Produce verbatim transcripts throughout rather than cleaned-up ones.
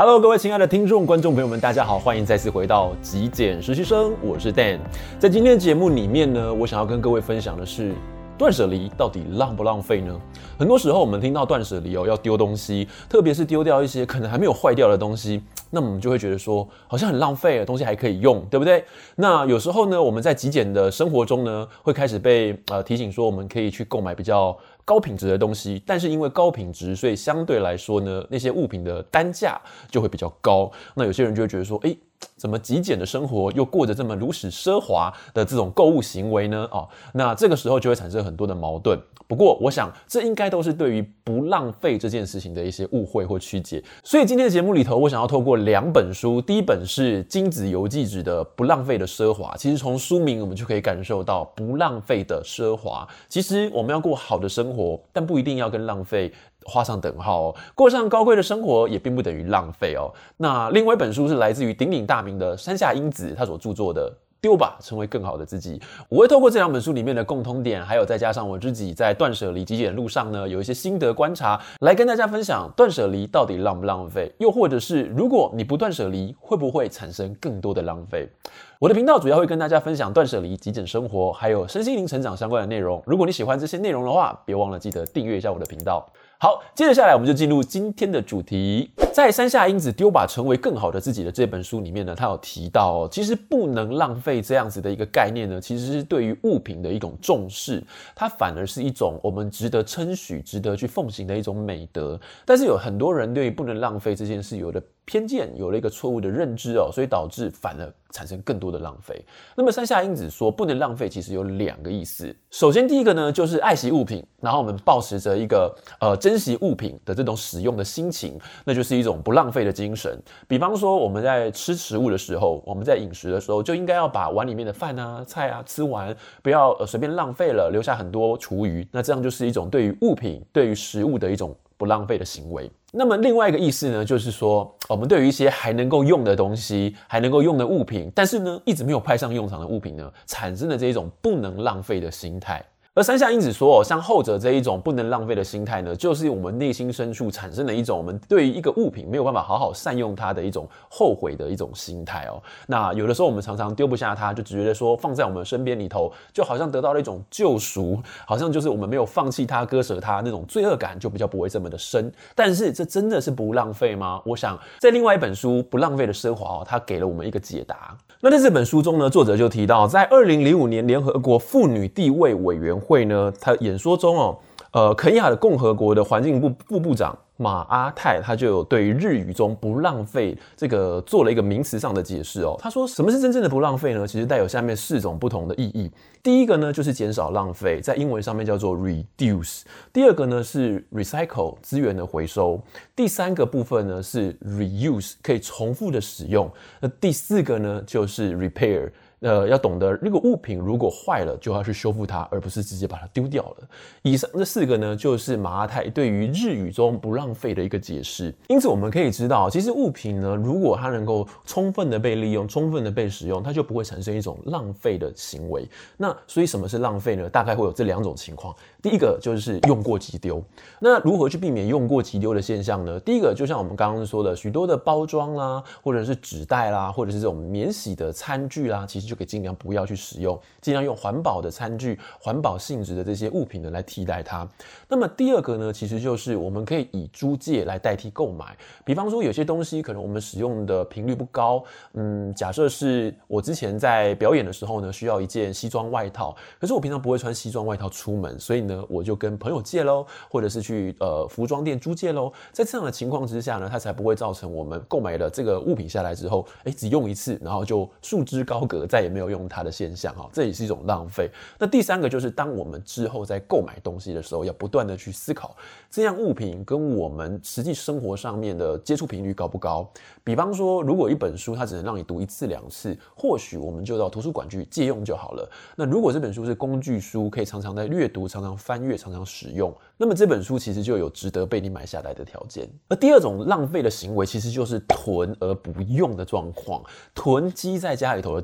Hello， 各位亲爱的听众、观众朋友们，大家好，欢迎再次回到极简实习生，我是 Dan。在今天的节目里面呢，我想要跟各位分享的是，断舍离到底浪不浪费呢？很多时候我们听到断舍离哦，要丢东西，特别是丢掉一些可能还没有坏掉的东西，那么我们就会觉得说，好像很浪费，东西还可以用，对不对？那有时候呢，我们在极简的生活中呢，会开始被呃提醒说，我们可以去购买比较高品质的东西，但是因为高品质，所以相对来说呢，那些物品的单价就会比较高。那有些人就会觉得说，诶，怎么极简的生活又过着这么如此奢华的这种购物行为呢？哦，那这个时候就会产生很多的矛盾。不过，我想这应该都是对于不浪费这件事情的一些误会或曲解。所以今天的节目里头，我想要透过两本书，第一本是金子游纪子的《不浪费的奢华》。其实从书名我们就可以感受到不浪费的奢华。其实我们要过好的生活，但不一定要跟浪费画上等号哦。过上高贵的生活也并不等于浪费哦。那另外一本书是来自于鼎鼎大名的山下英子，他所著作的丢吧，成为更好的自己。我会透过这两本书里面的共通点，还有再加上我自己在断舍离极简路上呢，有一些心得观察，来跟大家分享断舍离到底浪不浪费，又或者是如果你不断舍离，会不会产生更多的浪费？我的频道主要会跟大家分享断舍离、极简生活，还有身心灵成长相关的内容。如果你喜欢这些内容的话，别忘了记得订阅一下我的频道。好，接着下来我们就进入今天的主题。在山下英子丢吧成为更好的自己的这本书里面呢，他有提到、哦、其实不能浪费这样子的一个概念呢，其实是对于物品的一种重视，它反而是一种我们值得称许、值得去奉行的一种美德。但是有很多人对于不能浪费这件事有的偏见，有了一个错误的认知哦，所以导致反而产生更多的浪费。那么山下英子说不能浪费其实有两个意思。首先第一个呢，就是爱惜物品，然后我们抱持着一个呃珍惜物品的这种使用的心情，那就是一种不浪费的精神。比方说我们在吃食物的时候，我们在饮食的时候就应该要把碗里面的饭啊菜啊吃完，不要呃随便浪费了，留下很多厨余，那这样就是一种对于物品对于食物的一种不浪费的行为。那么另外一个意思呢，就是说我们对于一些还能够用的东西，还能够用的物品，但是呢一直没有派上用场的物品呢，产生的这一种不能浪费的心态。而山下英子说、哦、像后者这一种不能浪费的心态呢，就是我们内心深处产生的一种我们对于一个物品没有办法好好善用它的一种后悔的一种心态哦。那有的时候我们常常丢不下它，就觉得说放在我们身边里头，就好像得到了一种救赎，好像就是我们没有放弃它、割舍它，那种罪恶感就比较不会这么的深。但是这真的是不浪费吗？我想在另外一本书《不浪费的奢华》哦，它给了我们一个解答。那在这本书中呢，作者就提到，在二零零五年联合国妇女地位委员会呢，他演说中哦，呃，肯亚的共和国的环境部副部长马阿泰，他就有对于日语中不浪费这个做了一个名词上的解释哦。他说，什么是真正的不浪费呢？其实带有下面四种不同的意义。第一个呢，就是减少浪费，在英文上面叫做 reduce。第二个呢是 recycle， 资源的回收。第三个部分呢是 reuse， 可以重复的使用。那第四个呢就是 repair。呃，要懂得，那个物品如果坏了，就要去修复它，而不是直接把它丢掉了。以上这四个呢，就是马阿泰对于日语中不浪费的一个解释。因此，我们可以知道，其实物品呢，如果它能够充分的被利用、充分的被使用，它就不会产生一种浪费的行为。那所以，什么是浪费呢？大概会有这两种情况。第一个就是用过即丢。那如何去避免用过即丢的现象呢？第一个，就像我们刚刚说的，许多的包装啦，或者是纸袋啦，或者是这种免洗的餐具啦，其实就可以尽量不要去使用，尽量用环保的餐具、环保性质的这些物品呢来替代它。那么第二个呢，其实就是我们可以以租借来代替购买。比方说有些东西可能我们使用的频率不高，嗯，假设是我之前在表演的时候呢，需要一件西装外套，可是我平常不会穿西装外套出门，所以呢，我就跟朋友借咯，或者是去呃服装店租借咯。在这样的情况之下呢，它才不会造成我们购买了这个物品下来之后，哎，只用一次，然后就束之高阁，再也没有用它的现象哈，这也是一种浪费。那第三个就是当我们之后在购买东西的时候，要不断的去思考，这样物品跟我们实际生活上面的接触频率高不高？比方说，如果一本书它只能让你读一次两次，或许我们就到图书馆去借用就好了。那如果这本书是工具书，可以常常在阅读、常常翻阅、常常使用，那么这本书其实就有值得被你买下来的条件。而第二种浪费的行为，其实就是囤而不用的状况。囤积在家里头的东西，如果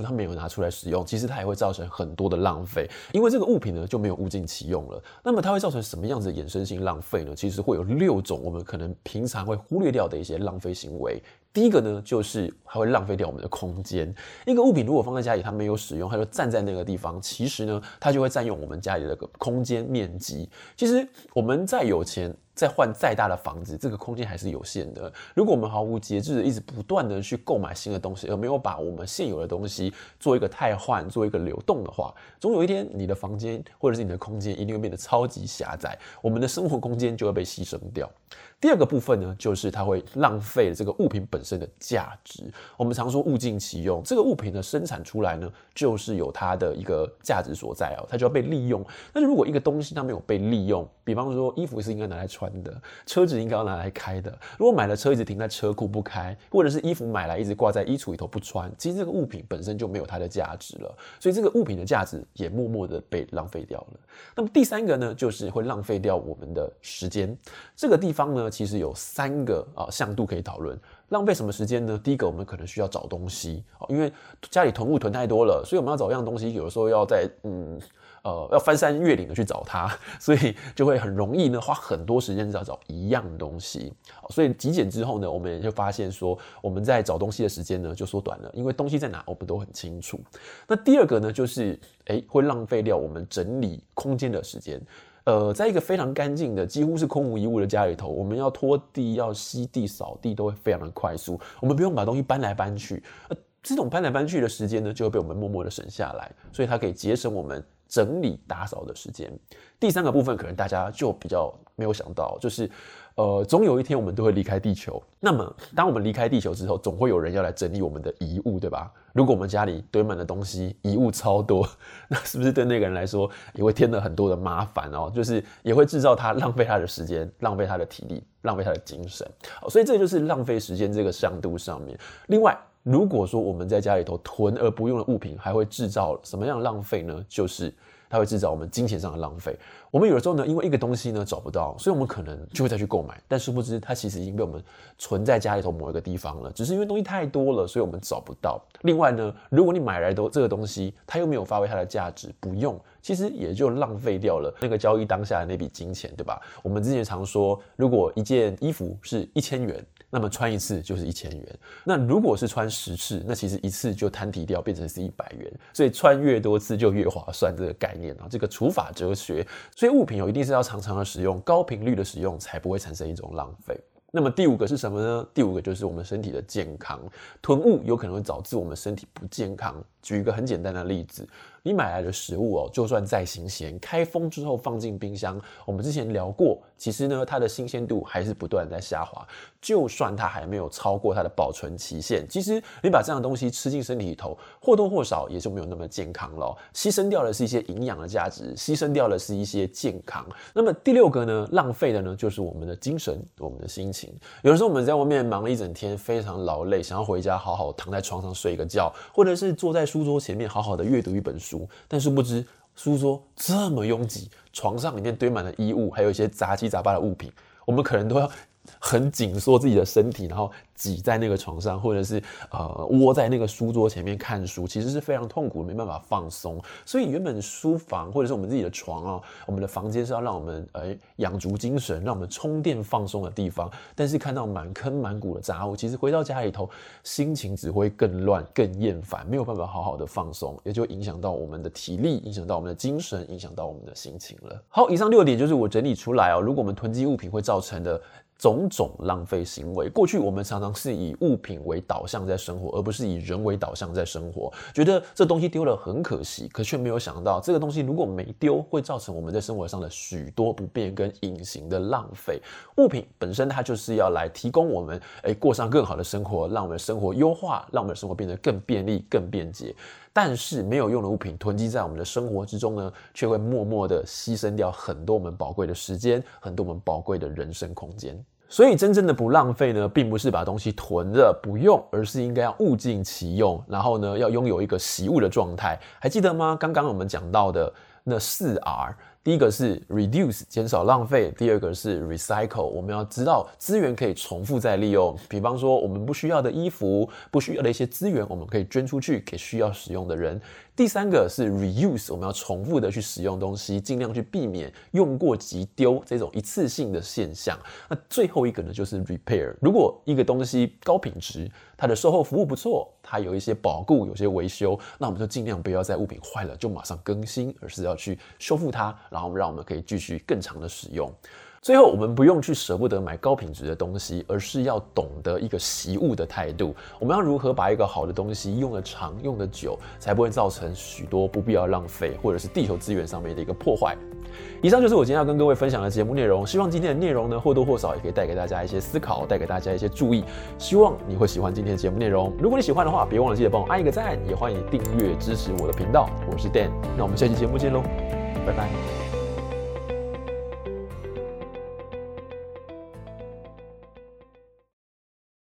它没有拿出来使用，其实它也会造成很多的浪费，因为这个物品呢就没有物尽其用了。那么它会造成什么样子的衍生性浪费呢？其实会有六种我们可能平常会忽略掉的一些浪费行为。第一个呢，就是它会浪费掉我们的空间。一个物品如果放在家里，它没有使用，它就站在那个地方，其实呢，它就会占用我们家里的空间面积。其实我们再有钱，再换再大的房子，这个空间还是有限的。如果我们毫无节制的一直不断的去购买新的东西，而没有把我们现有的东西做一个汰换，做一个流动的话，总有一天你的房间或者是你的空间一定会变得超级狭窄，我们的生活空间就会被牺牲掉。第二个部分呢，就是它会浪费这个物品本身的价值。我们常说物尽其用，这个物品的生产出来呢，就是有它的一个价值所在哦，它就要被利用。但是如果一个东西它没有被利用，比方说衣服是应该拿来穿的，车子应该要拿来开的，如果买了车一直停在车库不开，或者是衣服买来一直挂在衣橱里头不穿，其实这个物品本身就没有它的价值了，所以这个物品的价值也默默的被浪费掉了。那么第三个呢，就是会浪费掉我们的时间。这个地方呢，其实有三个啊向度可以讨论。浪费什么时间呢？第一个，我们可能需要找东西，因为家里囤物囤太多了，所以我们要找一样东西，有的时候要在嗯。呃，要翻山越岭的去找它，所以就会很容易呢，花很多时间找找一样东西。所以极简之后呢，我们也就发现说，我们在找东西的时间呢就缩短了，因为东西在哪我们都很清楚。那第二个呢，就是哎，会浪费掉我们整理空间的时间。呃，在一个非常干净的、几乎是空无一物的家里头，我们要拖地、要吸地、扫地都会非常的快速，我们不用把东西搬来搬去。呃，这种搬来搬去的时间呢，就会被我们默默的省下来，所以它可以节省我们整理打扫的时间。第三个部分可能大家就比较没有想到，就是呃，总有一天我们都会离开地球。那么当我们离开地球之后，总会有人要来整理我们的遗物，对吧？如果我们家里堆满了东西，遗物超多，那是不是对那个人来说也会添了很多的麻烦哦？就是也会制造他浪费他的时间，浪费他的体力，浪费他的精神。所以这就是浪费时间这个向度上面。另外，如果说我们在家里头囤而不用的物品，还会制造什么样的浪费呢？就是它会制造我们金钱上的浪费。我们有的时候呢，因为一个东西呢找不到，所以我们可能就会再去购买，但殊不知它其实已经被我们存在家里头某一个地方了，只是因为东西太多了，所以我们找不到。另外呢，如果你买来的这个东西，它又没有发挥它的价值，不用，其实也就浪费掉了那个交易当下的那笔金钱，对吧？我们之前常说，如果一件衣服是一千元，那么穿一次就是一千元。那如果是穿十次，那其实一次就摊提掉，变成是一百元。所以穿越多次就越划算，这个概念啊，这个除法哲学。所以物品有一定是要常常的使用，高频率的使用，才不会产生一种浪费。那么第五个是什么呢？第五个就是我们身体的健康。囤物有可能会导致我们身体不健康。举一个很简单的例子，你买来的食物哦，就算再新鲜，开封之后放进冰箱，我们之前聊过，其实呢，它的新鲜度还是不断在下滑。就算它还没有超过它的保存期限，其实你把这样的东西吃进身体里头，或多或少也就没有那么健康了。牺牲掉的是一些营养的价值，牺牲掉的是一些健康。那么第六个呢，浪费的呢，就是我们的精神，我们的心情。有的时候我们在外面忙了一整天，非常劳累，想要回家好好躺在床上睡一个觉，或者是坐在书桌前面好好的阅读一本书，但殊不知书桌这么拥挤，床上里面堆满了衣物，还有一些杂七杂八的物品，我们可能都要很紧缩自己的身体，然后挤在那个床上，或者是呃窝在那个书桌前面看书，其实是非常痛苦的，没办法放松。所以原本书房或者是我们自己的床啊，我们的房间是要让我们呃养足精神，让我们充电放松的地方。但是看到满坑满谷的杂物，其实回到家里头，心情只会更乱、更厌烦，没有办法好好的放松，也就影响到我们的体力，影响到我们的精神，影响到我们的心情了。好，以上六点就是我整理出来哦，如果我们囤积物品会造成的种种浪费行为。过去我们常常是以物品为导向在生活，而不是以人为导向在生活，觉得这东西丢了很可惜，可却没有想到这个东西如果没丢，会造成我们在生活上的许多不便跟隐形的浪费。物品本身它就是要来提供我们诶过上更好的生活，让我们的生活优化，让我们的生活变得更便利更便捷。但是没有用的物品囤积在我们的生活之中呢，却会默默的牺牲掉很多我们宝贵的时间，很多我们宝贵的人生空间。所以真正的不浪费呢，并不是把东西囤着不用，而是应该要物尽其用，然后呢，要拥有一个习物的状态。还记得吗？刚刚我们讲到的那四 R， 第一个是 reduce 减少浪费，第二个是 recycle 我们要知道资源可以重复再利用，比方说我们不需要的衣服，不需要的一些资源我们可以捐出去给需要使用的人。第三个是 reuse 我们要重复的去使用东西，尽量去避免用过即丢这种一次性的现象。那最后一个呢就是 repair 如果一个东西高品质，它的售后服务不错，它有一些保固有些维修，那我们就尽量不要在物品坏了就马上更新，而是要去修复它，然后让我们可以继续更长的使用。最后我们不用去舍不得买高品质的东西，而是要懂得一个惜物的态度。我们要如何把一个好的东西用得长用得久，才不会造成许多不必要浪费或者是地球资源上面的一个破坏。以上就是我今天要跟各位分享的节目内容，希望今天的内容呢或多或少也可以带给大家一些思考，带给大家一些注意，希望你会喜欢今天的节目内容。如果你喜欢的话，别忘了记得帮我按一个赞，也欢迎订阅支持我的频道。我是 Dan， 那我们下期节目见喽，拜拜。